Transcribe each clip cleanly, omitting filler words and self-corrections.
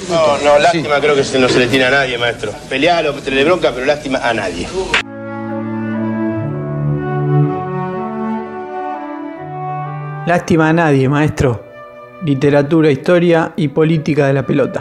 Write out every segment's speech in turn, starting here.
No, lástima creo que no se le tiene a nadie, maestro. Pelealo, tenerle bronca, pero lástima a nadie. Lástima a nadie, maestro. Literatura, historia y política de la pelota.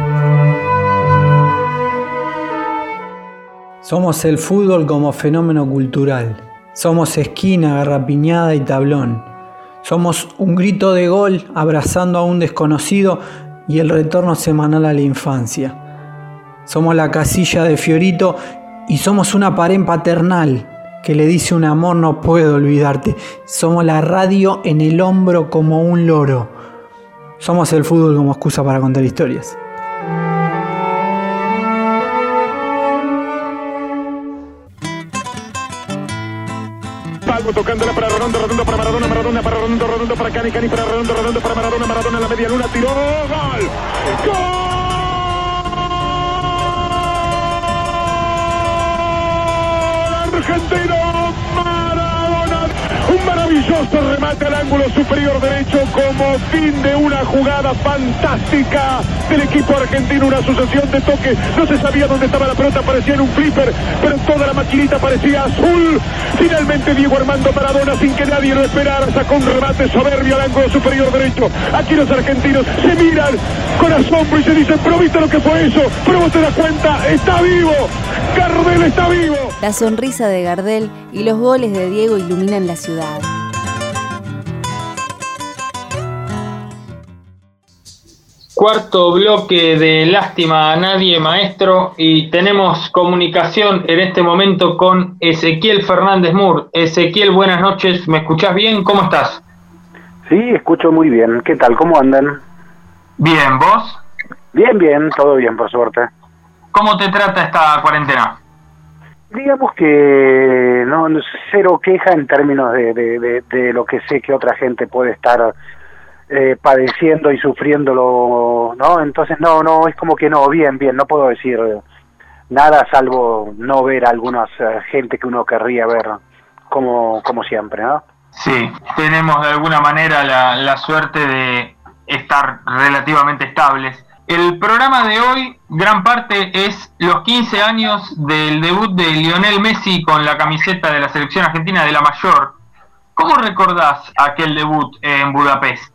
Somos el fútbol como fenómeno cultural. Somos esquina, garrapiñada y tablón. Somos un grito de gol abrazando a un desconocido y el retorno semanal a la infancia. Somos la casilla de Fiorito y somos una pared paternal que le dice un amor no puedo olvidarte. Somos la radio en el hombro como un loro. Somos el fútbol como excusa para contar historias. Palmo tocándola para Redondo, Redondo para Maradona, Maradona para Redondo, Redondo para Cani, Cani para Redondo, Redondo para Maradona, Maradona en la media luna, tiró, ¡gol! ¡Gol! Argentino, Maradona, un maravilloso remate al ángulo superior derecho como fin de una jugada fantástica del equipo argentino, una sucesión de toques, no se sabía dónde estaba la pelota, parecía en un flipper, pero toda la maquinita parecía azul. Finalmente Diego Armando Maradona, sin que nadie lo esperara, sacó un remate soberbio al ángulo superior derecho. Aquí los argentinos se miran con asombro y se dicen, pero ¿viste lo que fue eso? Pero vos te das cuenta, está vivo, Gardel está vivo. La sonrisa de Gardel y los goles de Diego iluminan la ciudad. Cuarto bloque de Lástima a Nadie, maestro, y tenemos comunicación en este momento con Ezequiel Fernández Mur. Ezequiel, buenas noches, ¿me escuchás bien? ¿Cómo estás? Sí, escucho muy bien. ¿Qué tal? ¿Cómo andan? Bien, ¿vos? Bien, todo bien, por suerte. ¿Cómo te trata esta cuarentena? Digamos que no cero queja en términos de lo que sé que otra gente puede estar padeciendo y sufriéndolo, ¿no? Entonces no, es como que no, bien, no puedo decir nada salvo no ver a algunas gente que uno querría ver como siempre, ¿no? Sí, tenemos de alguna manera la suerte de estar relativamente estables. El programa de hoy, gran parte, es los 15 años del debut de Lionel Messi con la camiseta de la selección argentina de la mayor. ¿Cómo recordás aquel debut en Budapest?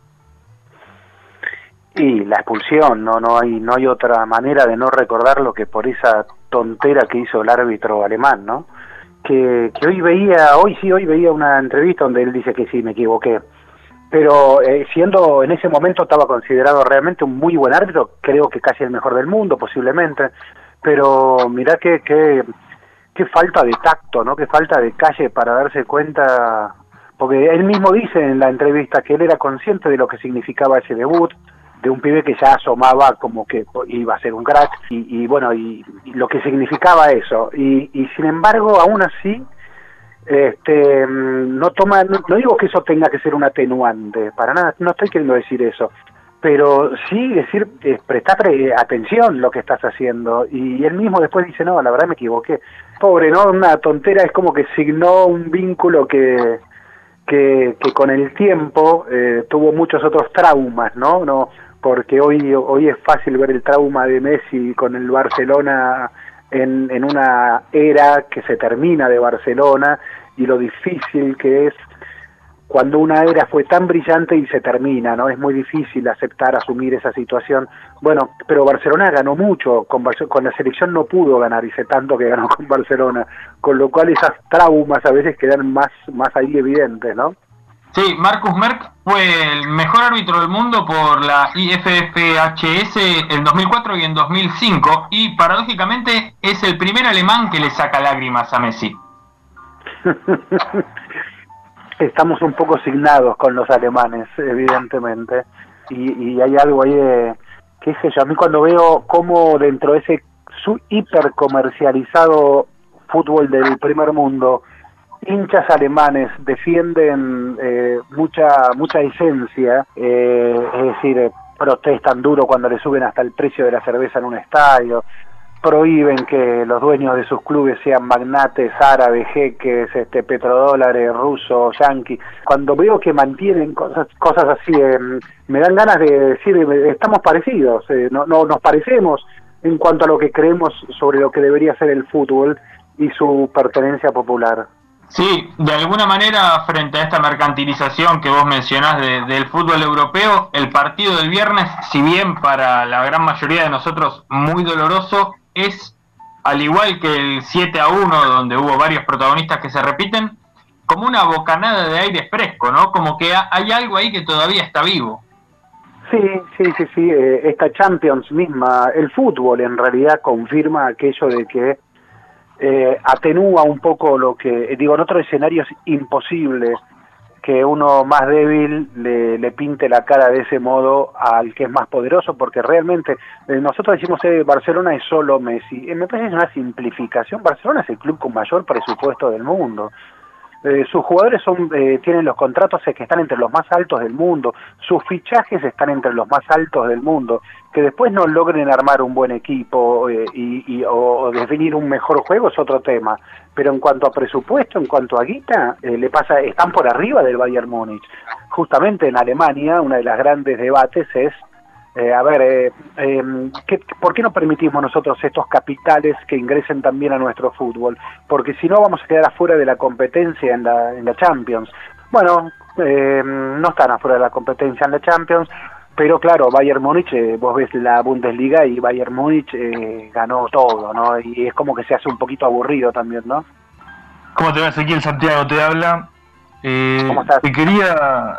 Y la expulsión, no hay otra manera de no recordarlo que por esa tontera que hizo el árbitro alemán, ¿no? Que hoy veía una entrevista donde él dice que sí, me equivoqué. Pero siendo en ese momento estaba considerado realmente un muy buen árbitro, creo que casi el mejor del mundo posiblemente, pero mirá qué falta de tacto, ¿no? Qué falta de calle para darse cuenta, porque él mismo dice en la entrevista que él era consciente de lo que significaba ese debut, de un pibe que ya asomaba como que iba a ser un crack, y bueno, y lo que significaba eso, y sin embargo, aún así, no digo que eso tenga que ser un atenuante, para nada, no estoy queriendo decir eso, pero sí decir, prestar atención lo que estás haciendo, y él mismo después dice, no, la verdad me equivoqué, pobre, ¿no? Una tontera, es como que signó un vínculo que con el tiempo tuvo muchos otros traumas, ¿no? Porque hoy es fácil ver el trauma de Messi con el Barcelona en una era que se termina de Barcelona, y lo difícil que es cuando una era fue tan brillante y se termina, ¿no? Es muy difícil asumir esa situación. Bueno, pero Barcelona ganó mucho, con la selección no pudo ganar, y sé tanto que ganó con Barcelona, con lo cual esas traumas a veces quedan más ahí evidentes, ¿no? Sí, Marcus Merck fue el mejor árbitro del mundo por la IFFHS en 2004 y en 2005, y paradójicamente es el primer alemán que le saca lágrimas a Messi. Estamos un poco signados con los alemanes, evidentemente, y hay algo ahí de, qué sé yo, a mí cuando veo cómo dentro de ese hipercomercializado fútbol del primer mundo, hinchas alemanes defienden mucha esencia, es decir, protestan duro cuando le suben hasta el precio de la cerveza en un estadio, prohíben que los dueños de sus clubes sean magnates árabes, jeques, petrodólares, rusos, yanquis. Cuando veo que mantienen cosas así, me dan ganas de decir, estamos parecidos, no nos parecemos en cuanto a lo que creemos sobre lo que debería ser el fútbol y su pertenencia popular. Sí, de alguna manera, frente a esta mercantilización que vos mencionás del fútbol europeo, el partido del viernes, si bien para la gran mayoría de nosotros muy doloroso, es, al igual que el 7-1, donde hubo varios protagonistas que se repiten, como una bocanada de aire fresco, ¿no? Como que hay algo ahí que todavía está vivo. Sí, esta Champions misma, el fútbol en realidad confirma aquello de que atenúa un poco lo que, digo, en otros escenarios es imposible que uno más débil le pinte la cara de ese modo al que es más poderoso, porque realmente nosotros decimos Barcelona es solo Messi, me parece que es una simplificación. Barcelona es el club con mayor presupuesto del mundo. Sus jugadores tienen los contratos que están entre los más altos del mundo, sus fichajes están entre los más altos del mundo. Que después no logren armar un buen equipo o definir un mejor juego es otro tema, pero en cuanto a presupuesto, en cuanto a guita, están por arriba del Bayern Múnich. Justamente en Alemania, una de las grandes debates es ¿por qué no permitimos nosotros estos capitales que ingresen también a nuestro fútbol? Porque si no vamos a quedar afuera de la competencia en la Champions. Bueno, no están afuera de la competencia en la Champions, pero claro, Bayern Múnich, vos ves la Bundesliga y Bayern Múnich ganó todo, ¿no? Y es como que se hace un poquito aburrido también, ¿no? ¿Cómo te va, Ezequiel? Santiago te habla. ¿Cómo estás? Te quería...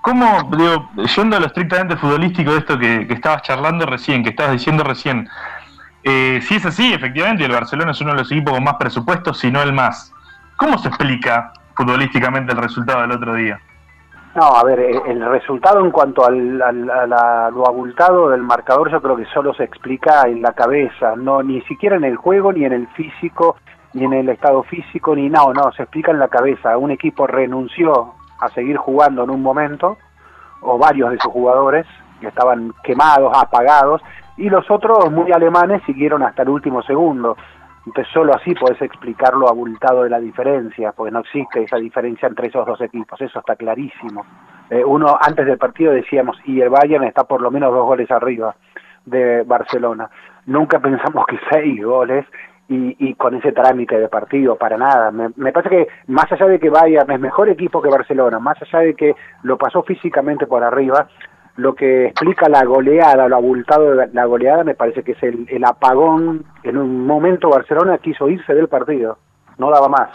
yendo a lo estrictamente futbolístico de esto que estabas charlando recién, que estabas diciendo recién, si es así, efectivamente, el Barcelona es uno de los equipos con más presupuestos, si no el más. ¿Cómo se explica futbolísticamente el resultado del otro día? No, a ver, el resultado en cuanto a lo abultado del marcador, yo creo que solo se explica en la cabeza, no ni siquiera en el juego, ni en el físico, ni en el estado físico, no, se explica en la cabeza. Un equipo renunció a seguir jugando en un momento, o varios de sus jugadores que estaban quemados, apagados, y los otros muy alemanes siguieron hasta el último segundo. Entonces solo así podés explicar lo abultado de la diferencia, porque no existe esa diferencia entre esos dos equipos, eso está clarísimo. Uno, antes del partido decíamos, y el Bayern está por lo menos 2 goles arriba de Barcelona. Nunca pensamos que 6 goles, y con ese trámite de partido, para nada. Me parece que más allá de que Bayern es mejor equipo que Barcelona, más allá de que lo pasó físicamente por arriba, lo que explica la goleada, lo abultado de la goleada, me parece que es el apagón. En un momento Barcelona quiso irse del partido, no daba más.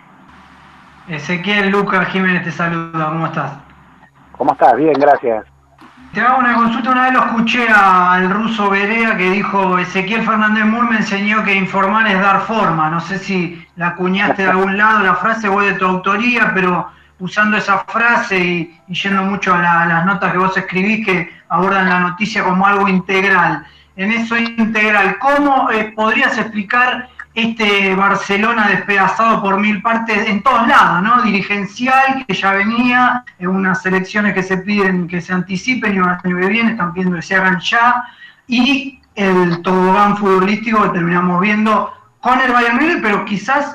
Ezequiel, Lucas Jiménez te saluda, ¿cómo estás? ¿Cómo estás? Bien, gracias. Te hago una consulta. Una vez lo escuché al ruso Berea que dijo: Ezequiel Fernández Mur me enseñó que informar es dar forma. No sé si la acuñaste de algún lado la frase o es de tu autoría, pero usando esa frase y yendo mucho a las notas que vos escribís que abordan la noticia como algo integral. En eso integral, ¿cómo podrías explicar este Barcelona despedazado por 1000 partes en todos lados, ¿no? Dirigencial, que ya venía, en unas elecciones que se piden que se anticipen y el año que viene están pidiendo que se hagan ya, y el tobogán futbolístico que terminamos viendo con el Bayern Múnich, pero quizás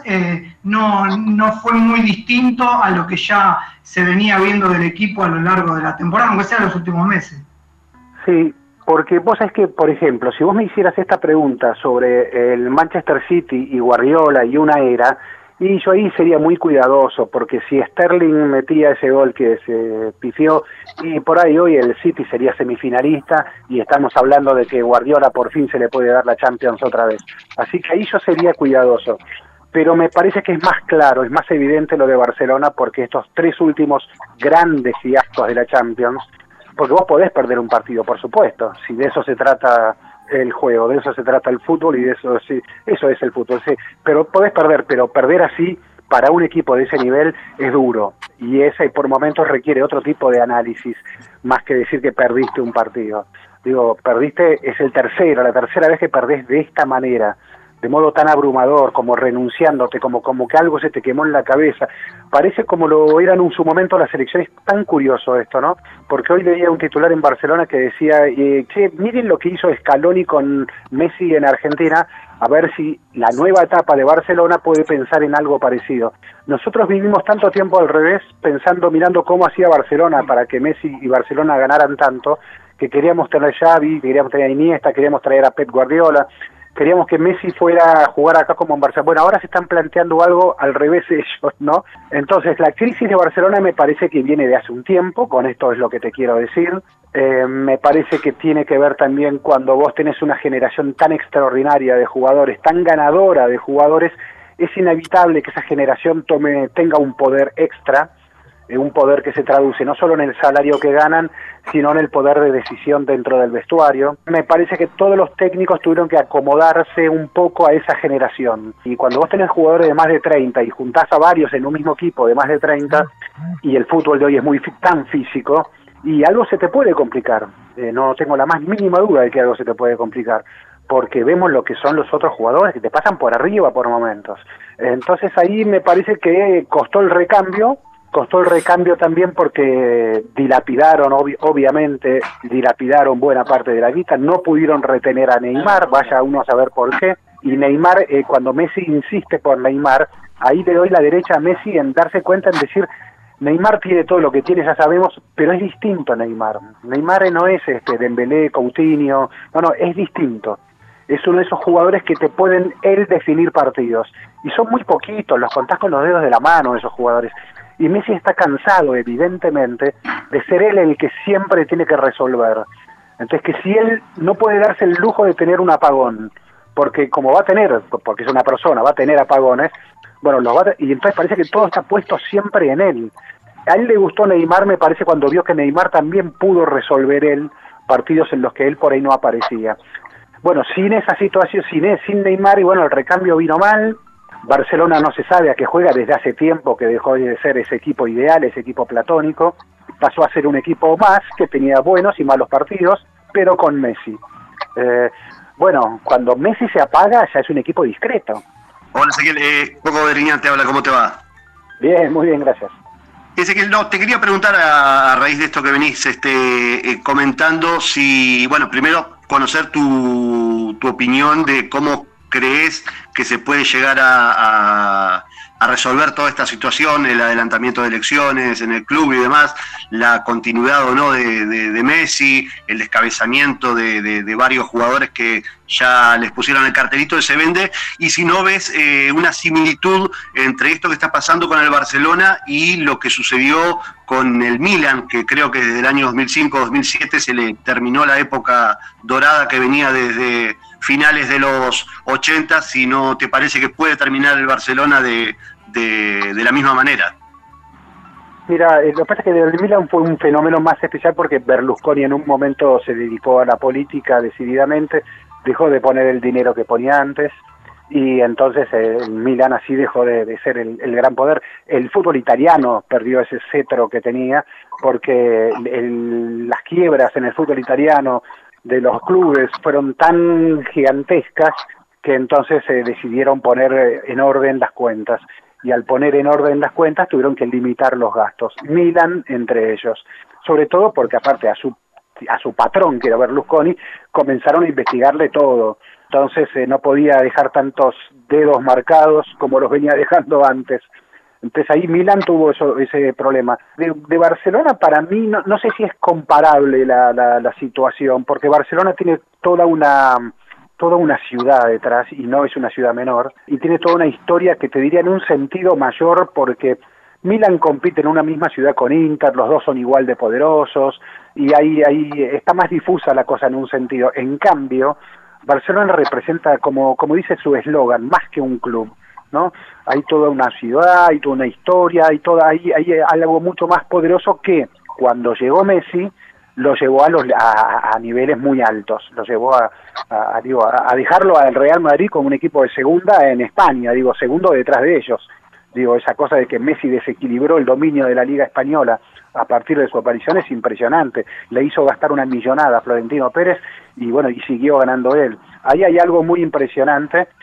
no fue muy distinto a lo que ya se venía viendo del equipo a lo largo de la temporada, aunque sea en los últimos meses. Sí, porque vos sabés que, por ejemplo, si vos me hicieras esta pregunta sobre el Manchester City y Guardiola y una era, y yo ahí sería muy cuidadoso, porque si Sterling metía ese gol que se pifió, y por ahí hoy el City sería semifinalista, y estamos hablando de que Guardiola por fin se le puede dar la Champions otra vez. Así que ahí yo sería cuidadoso. Pero me parece que es más claro, es más evidente lo de Barcelona, porque estos 3 últimos grandes fiascos de la Champions, porque vos podés perder un partido, por supuesto, si de eso se trata el juego, de eso se trata el fútbol, y de eso sí, eso es el fútbol, sí, pero podés perder, pero perder así para un equipo de ese nivel es duro, y ese por momentos requiere otro tipo de análisis, más que decir que perdiste un partido. Digo, perdiste, es la tercera vez que perdés de esta manera, de modo tan abrumador, como renunciándote, como que algo se te quemó en la cabeza. Parece como lo eran en su momento las elecciones. Tan curioso esto, ¿no? Porque hoy leía un titular en Barcelona que decía, che, miren lo que hizo Scaloni con Messi en Argentina, a ver si la nueva etapa de Barcelona puede pensar en algo parecido. Nosotros vivimos tanto tiempo al revés, pensando, mirando cómo hacía Barcelona para que Messi y Barcelona ganaran tanto, que queríamos tener a Xavi, queríamos tener a Iniesta, queríamos traer a Pep Guardiola, queríamos que Messi fuera a jugar acá como en Barcelona. Bueno, ahora se están planteando algo al revés ellos, ¿no? Entonces, la crisis de Barcelona me parece que viene de hace un tiempo, con esto es lo que te quiero decir. Me parece que tiene que ver también cuando vos tenés una generación tan extraordinaria de jugadores, tan ganadora de jugadores, es inevitable que esa generación tenga un poder extra, un poder que se traduce no solo en el salario que ganan, sino en el poder de decisión dentro del vestuario. Me parece que todos los técnicos tuvieron que acomodarse un poco a esa generación. Y cuando vos tenés jugadores de más de 30 y juntás a varios en un mismo equipo de más de 30, y el fútbol de hoy es tan físico, y algo se te puede complicar. No tengo la más mínima duda de que algo se te puede complicar, porque vemos lo que son los otros jugadores que te pasan por arriba por momentos. Entonces ahí me parece que costó el recambio también porque dilapidaron, obviamente, dilapidaron buena parte de la guita, no pudieron retener a Neymar, vaya uno a saber por qué, y Neymar, cuando Messi insiste por Neymar, ahí le doy la derecha a Messi en darse cuenta, en decir, Neymar tiene todo lo que tiene, ya sabemos, pero es distinto a Neymar. Neymar no es Dembélé, Coutinho, no, es distinto. Es uno de esos jugadores que te pueden definir partidos, y son muy poquitos, los contás con los dedos de la mano esos jugadores. Y Messi está cansado, evidentemente, de ser él el que siempre tiene que resolver. Entonces, que si él no puede darse el lujo de tener un apagón, porque como va a tener, porque es una persona, va a tener apagones, bueno, y entonces parece que todo está puesto siempre en él. A él le gustó Neymar, me parece, cuando vio que Neymar también pudo resolver él partidos en los que él por ahí no aparecía. Bueno, sin esa situación, sin Neymar, y bueno, el recambio vino mal. Barcelona no se sabe a qué juega desde hace tiempo, que dejó de ser ese equipo ideal, ese equipo platónico, pasó a ser un equipo más que tenía buenos y malos partidos, pero con Messi. Bueno, cuando Messi se apaga ya es un equipo discreto. Hola Ezequiel, Coco Bedriñán te habla, ¿cómo te va? Bien, muy bien, gracias. Ezequiel, te quería preguntar a raíz de esto que venís comentando, si, bueno, primero conocer tu opinión de cómo crees que se puede llegar a resolver toda esta situación, el adelantamiento de elecciones en el club y demás, la continuidad o no de Messi, el descabezamiento de varios jugadores que ya les pusieron el cartelito de se vende, y si no ves una similitud entre esto que está pasando con el Barcelona y lo que sucedió con el Milan, que creo que desde el año 2005-2007 se le terminó la época dorada que venía desde finales de los 80, si no te parece que puede terminar el Barcelona de la misma manera. Mira, lo que pasa es que el Milan fue un fenómeno más especial porque Berlusconi en un momento se dedicó a la política decididamente, dejó de poner el dinero que ponía antes, y entonces el Milan así dejó de ser el gran poder. El fútbol italiano perdió ese cetro que tenía porque las quiebras en el fútbol italiano de los clubes fueron tan gigantescas que entonces decidieron poner en orden las cuentas, y al poner en orden las cuentas tuvieron que limitar los gastos, Milan entre ellos, sobre todo porque aparte a su patrón, que era Berlusconi, comenzaron a investigarle todo, entonces no podía dejar tantos dedos marcados como los venía dejando antes. Entonces ahí Milan tuvo ese problema. De Barcelona, para mí, no sé si es comparable la situación, porque Barcelona tiene toda una ciudad detrás, y no es una ciudad menor, y tiene toda una historia que te diría en un sentido mayor, porque Milan compite en una misma ciudad con Inter, los dos son igual de poderosos, y ahí está más difusa la cosa en un sentido. En cambio, Barcelona representa, como dice su eslogan, más que un club, ¿no? Hay toda una ciudad, hay toda una historia, hay algo mucho más poderoso que cuando llegó Messi lo llevó a niveles muy altos, lo llevó a dejarlo al Real Madrid como un equipo de segunda en España, segundo detrás de ellos. Esa cosa de que Messi desequilibró el dominio de la Liga Española a partir de su aparición es impresionante. Le hizo gastar una millonada a Florentino Pérez y siguió ganando él. Ahí hay algo muy impresionante,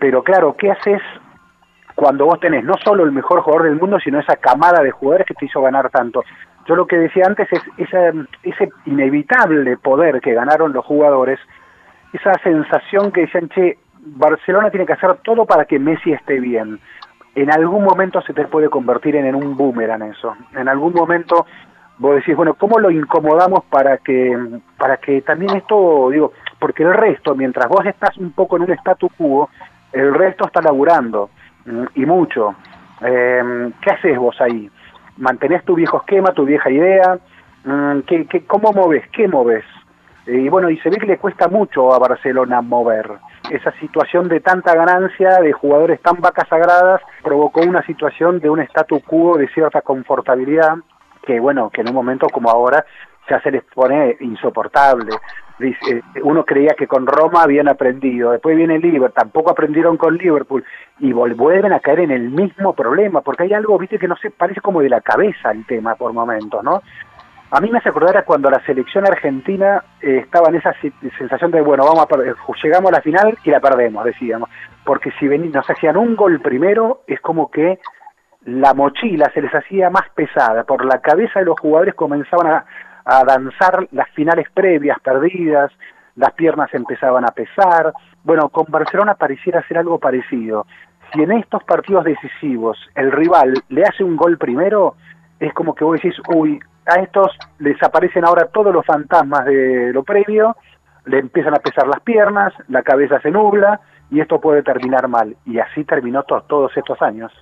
Pero claro, ¿qué haces cuando vos tenés no solo el mejor jugador del mundo, sino esa camada de jugadores que te hizo ganar tanto? Yo lo que decía antes es ese inevitable poder que ganaron los jugadores, esa sensación que decían, che, Barcelona tiene que hacer todo para que Messi esté bien. En algún momento se te puede convertir en un boomerang eso. En algún momento vos decís, bueno, ¿cómo lo incomodamos para que también esto, digo, porque el resto, mientras vos estás un poco en un statu quo, el resto está laburando, y mucho. ¿Qué haces vos ahí? ¿Mantenés tu viejo esquema, tu vieja idea? ¿Cómo movés? ¿Qué movés? Y bueno, y se ve que le cuesta mucho a Barcelona mover. Esa situación de tanta ganancia, de jugadores tan vacas sagradas, provocó una situación de un statu quo de cierta confortabilidad, que bueno, que en un momento como ahora ya se les pone insoportable. Uno creía que con Roma habían aprendido, después viene el Liverpool, tampoco aprendieron con Liverpool, y vuelven a caer en el mismo problema, porque hay algo, viste, que no sé, parece como de la cabeza el tema por momentos, ¿no? A mí me hace acordar a cuando la selección argentina estaba en esa sensación de, bueno, llegamos a la final y la perdemos, decíamos, porque si nos hacían un gol primero, es como que la mochila se les hacía más pesada, por la cabeza de los jugadores comenzaban a danzar las finales previas perdidas, las piernas empezaban a pesar. Bueno, con Barcelona pareciera ser algo parecido. Si en estos partidos decisivos el rival le hace un gol primero, es como que vos decís, uy, a estos les aparecen ahora todos los fantasmas de lo previo, le empiezan a pesar las piernas, la cabeza se nubla, y esto puede terminar mal. Y así terminó todos estos años.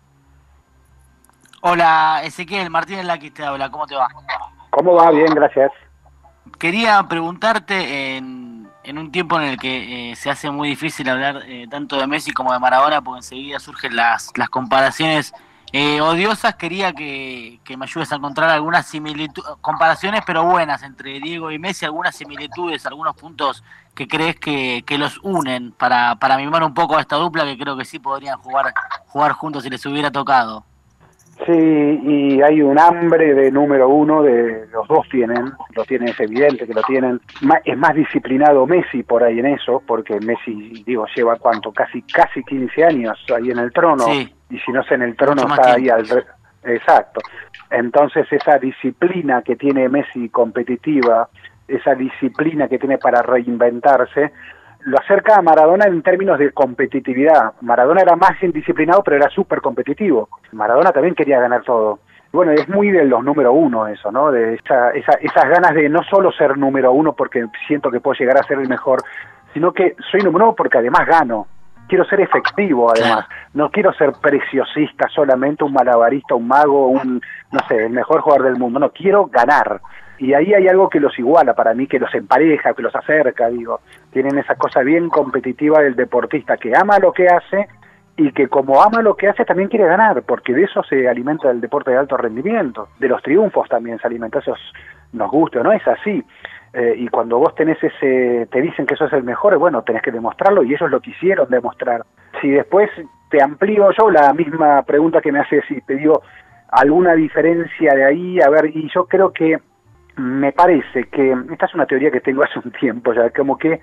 Hola, Ezequiel, Martínez Laquis te habla, ¿cómo te va? ¿Cómo va? Bien, gracias. Quería preguntarte, en un tiempo en el que se hace muy difícil hablar tanto de Messi como de Maradona, porque enseguida surgen las comparaciones odiosas, quería que me ayudes a encontrar algunas comparaciones, pero buenas, entre Diego y Messi, algunas similitudes, algunos puntos que crees que los unen para mimar un poco a esta dupla, que creo que sí podrían jugar juntos si les hubiera tocado. Sí, y hay un hambre de número uno, los dos es evidente que lo tienen. Es más disciplinado Messi por ahí en eso, porque Messi, digo, lleva ¿cuánto? Casi 15 años ahí en el trono, sí. Y si no es en el trono está ahí exacto. Entonces esa disciplina que tiene Messi competitiva, esa disciplina que tiene para reinventarse, lo acerca a Maradona en términos de competitividad. Maradona era más indisciplinado, pero era súper competitivo. Maradona también quería ganar todo. Bueno, es muy de los número uno eso, ¿no? De esas ganas de no solo ser número uno porque siento que puedo llegar a ser el mejor, sino que soy número uno porque además gano. Quiero ser efectivo, además. No quiero ser preciosista solamente, un malabarista, un mago, no sé, el mejor jugador del mundo. No, quiero ganar. Y ahí hay algo que los iguala para mí, que los empareja, que los acerca, digo. Tienen esa cosa bien competitiva del deportista que ama lo que hace y que como ama lo que hace también quiere ganar, porque de eso se alimenta el deporte de alto rendimiento. De los triunfos también se alimenta, eso nos guste o no, es así. Y cuando vos tenés te dicen que eso es el mejor, bueno, tenés que demostrarlo y ellos lo quisieron demostrar. Si después te amplío yo la misma pregunta que me haces y te digo alguna diferencia de ahí, a ver, y yo creo que me parece que, esta es una teoría que tengo hace un tiempo ya, como que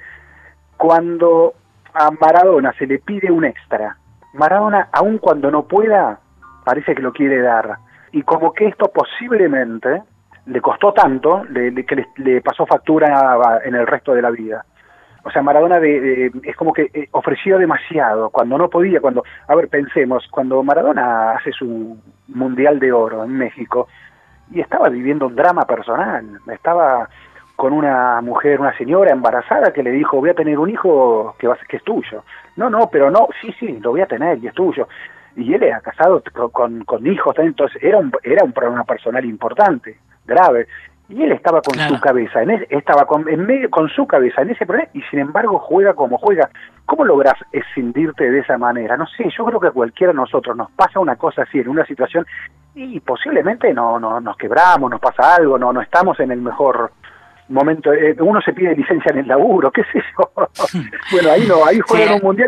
cuando a Maradona se le pide un extra, Maradona, aun cuando no pueda, parece que lo quiere dar. Y como que esto posiblemente le costó tanto, que le pasó factura en el resto de la vida. O sea, Maradona es como que ofreció demasiado, cuando no podía, a ver, pensemos, cuando Maradona hace su Mundial de Oro en México, y estaba viviendo un drama personal, estaba con una mujer, una señora embarazada que le dijo, voy a tener un hijo que es tuyo. No, pero no, sí, lo voy a tener y es tuyo. Y él era casado con hijos, entonces era un problema personal importante, grave. Y él estaba con su cabeza, estaba con su cabeza en ese problema y sin embargo juega como juega. ¿Cómo logras escindirte de esa manera? No sé, yo creo que a cualquiera de nosotros nos pasa una cosa así en una situación y posiblemente no nos quebramos, nos pasa algo, no estamos en el mejor momento. Uno se pide licencia en el laburo, qué sé yo. Bueno, ahí juegan un mundial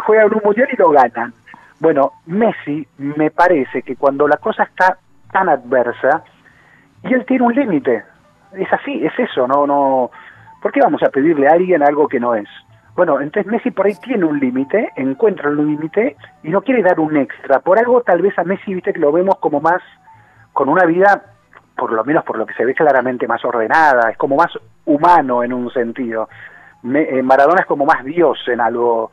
y lo ganan. Bueno, Messi me parece que cuando la cosa está tan adversa, y él tiene un límite, es así, es eso, no, ¿por qué vamos a pedirle a alguien algo que no es? Bueno, entonces Messi por ahí tiene un límite, encuentra un límite y no quiere dar un extra. Por algo tal vez a Messi, viste, que lo vemos como más, con una vida, por lo menos por lo que se ve claramente más ordenada, es como más humano en un sentido. Maradona es como más Dios en algo,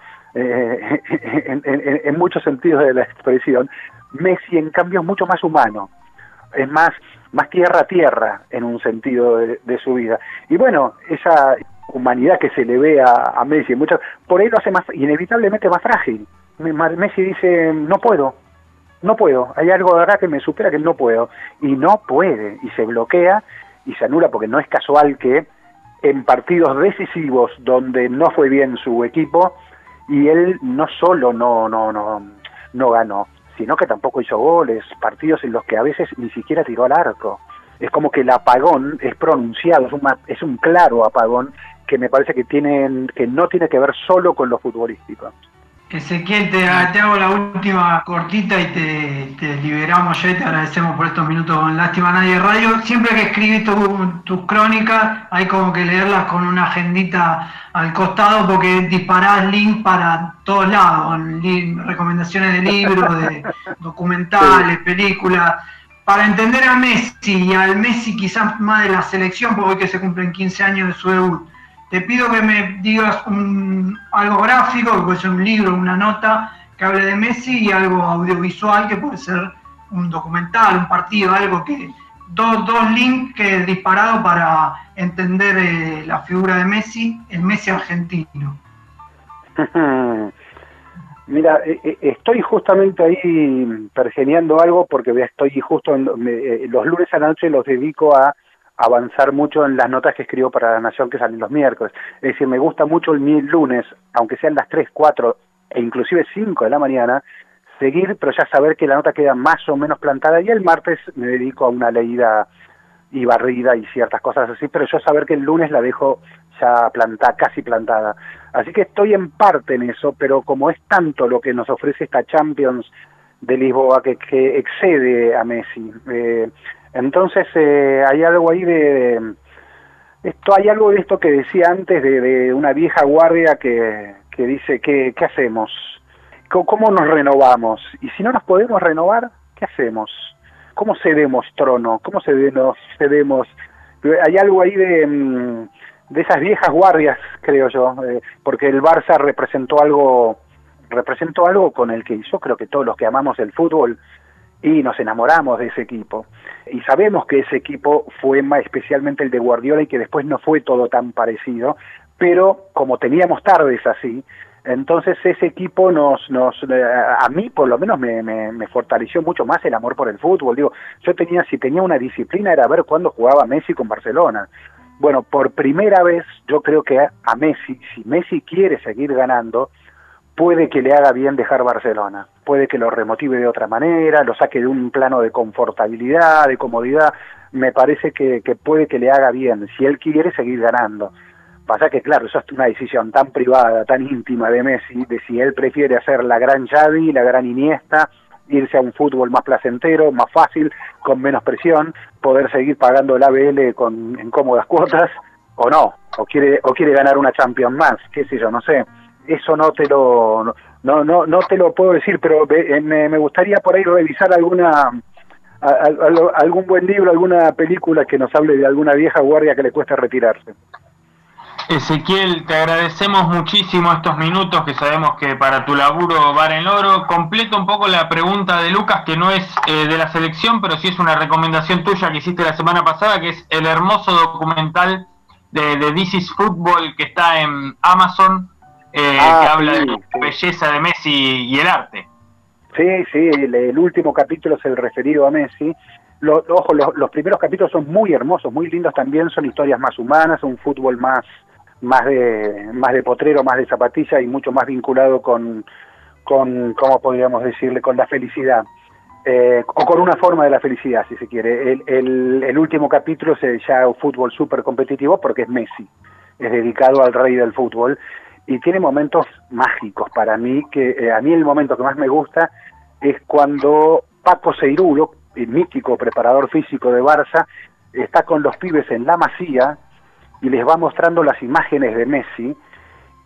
en muchos sentidos de la expresión. Messi en cambio es mucho más humano, es más tierra a tierra en un sentido de su vida. Y bueno, esa humanidad que se le ve a Messi, por ahí lo hace más, inevitablemente más frágil. Messi dice, no puedo, hay algo de acá que me supera, que no puedo, y no puede, y se bloquea y se anula, porque no es casual que en partidos decisivos donde no fue bien su equipo, y él no solo no ganó, sino que tampoco hizo goles, partidos en los que a veces ni siquiera tiró al arco. Es como que el apagón es pronunciado, es un claro apagón que me parece que no tiene que ver solo con lo futbolístico. Ezequiel, te hago la última cortita y te liberamos ya y te agradecemos por estos minutos con Lástima Nadie Radio. Siempre que escribís tus crónicas hay como que leerlas con una agendita al costado porque disparás link para todos lados, recomendaciones de libros, de documentales, películas. Para entender a Messi y al Messi quizás más de la selección, porque hoy que se cumplen 15 años de su debut, te pido que me digas algo gráfico, que puede ser un libro, una nota, que hable de Messi, y algo audiovisual, que puede ser un documental, un partido, algo que... Dos links que disparados para entender la figura de Messi, el Messi argentino. Mira, estoy justamente ahí pergeneando algo porque estoy justo los lunes a la noche los dedico a avanzar mucho en las notas que escribo para La Nación, que salen los miércoles. Es decir, me gusta mucho el lunes, aunque sean las 3, 4 e inclusive 5 de la mañana, seguir, pero ya saber que la nota queda más o menos plantada, y el martes me dedico a una leída y barrida y ciertas cosas así, pero yo saber que el lunes la dejo ya casi plantada. Así que estoy en parte en eso, pero como es tanto lo que nos ofrece esta Champions de Lisboa que excede a Messi, entonces hay algo ahí hay algo de esto que decía antes de una vieja guardia que dice, ¿qué hacemos? ¿Cómo nos renovamos? Y si no nos podemos renovar, ¿qué hacemos? ¿Cómo cedemos trono? ¿Cómo cedemos? Hay algo ahí de esas viejas guardias, creo yo, porque el Barça representó algo con el que yo creo que todos los que amamos el fútbol y nos enamoramos de ese equipo. Y sabemos que ese equipo fue más especialmente el de Guardiola y que después no fue todo tan parecido, pero como teníamos tardes así, entonces ese equipo a mí por lo menos me fortaleció mucho más el amor por el fútbol. Digo, si tenía una disciplina era ver cuándo jugaba Messi con Barcelona. Bueno, por primera vez yo creo que a Messi, si Messi quiere seguir ganando, puede que le haga bien dejar Barcelona, puede que lo remotive de otra manera, lo saque de un plano de confortabilidad, de comodidad. Me parece que puede que le haga bien, si él quiere seguir ganando. Pasa que, claro, eso es una decisión tan privada, tan íntima de Messi, de si él prefiere hacer la gran Xavi, la gran Iniesta, irse a un fútbol más placentero, más fácil, con menos presión, poder seguir pagando el ABL en cómodas cuotas, o no, o quiere ganar una Champions más, qué sé yo, no sé. Eso no te lo puedo decir, pero me gustaría por ahí revisar algún buen libro, alguna película que nos hable de alguna vieja guardia que le cuesta retirarse. Ezequiel, te agradecemos muchísimo estos minutos, que sabemos que para tu laburo valen oro. Completo un poco la pregunta de Lucas, que no es de la selección, pero sí es una recomendación tuya que hiciste la semana pasada, que es el hermoso documental de This is Football, que está en Amazon, que habla de la belleza de Messi y el arte. Sí, el último capítulo es el referido a Messi. Los primeros capítulos son muy hermosos, muy lindos también, son historias más humanas, un fútbol más de potrero, más de zapatilla y mucho más vinculado con ¿cómo podríamos decirle?, con la felicidad, o con una forma de la felicidad, si se quiere. El último capítulo es ya un fútbol súper competitivo porque es Messi, es dedicado al rey del fútbol y tiene momentos mágicos para mí, que a mí el momento que más me gusta es cuando Paco Seirulo, el mítico preparador físico de Barça, está con los pibes en la Masía y les va mostrando las imágenes de Messi,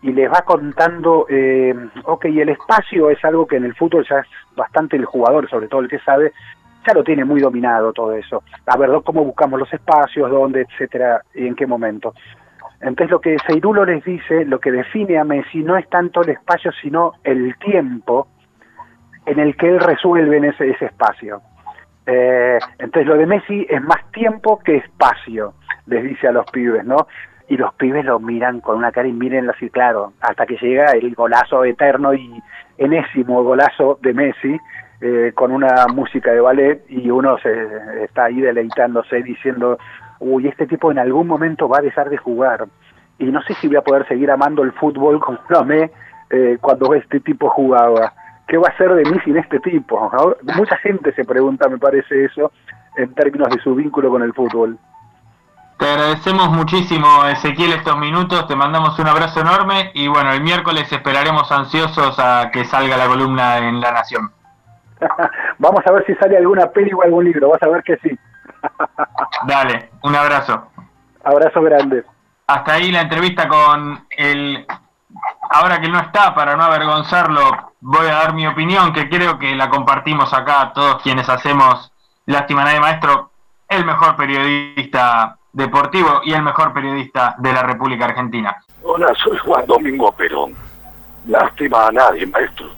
y les va contando, el espacio es algo que en el fútbol ya es bastante el jugador, sobre todo el que sabe, ya lo tiene muy dominado todo eso. A ver, cómo buscamos los espacios, dónde, etcétera, y en qué momento. Entonces lo que Seirulo les dice, lo que define a Messi no es tanto el espacio, sino el tiempo en el que él resuelve en ese espacio. Entonces lo de Messi es más tiempo que espacio, les dice a los pibes, ¿no? Y los pibes lo miran con una cara y mírenlo así, claro, hasta que llega el golazo eterno y enésimo golazo de Messi, con una música de ballet, y uno está ahí deleitándose diciendo, uy, este tipo en algún momento va a dejar de jugar, y no sé si voy a poder seguir amando el fútbol como lo amé cuando este tipo jugaba. ¿Qué va a ser de mí sin este tipo? ¿No? Mucha gente se pregunta, me parece eso, en términos de su vínculo con el fútbol. Te agradecemos muchísimo, Ezequiel, estos minutos, te mandamos un abrazo enorme y bueno, el miércoles esperaremos ansiosos a que salga la columna en La Nación. Vamos a ver si sale alguna peli o algún libro, vas a ver que sí. Dale, un abrazo. Abrazo grande. Hasta ahí la entrevista con ahora que él no está, para no avergonzarlo, voy a dar mi opinión, que creo que la compartimos acá todos quienes hacemos Lástima Nadie Maestro, el mejor periodista deportivo y el mejor periodista de la República Argentina. Hola, soy Juan Domingo Perón. Lástima a nadie, maestro.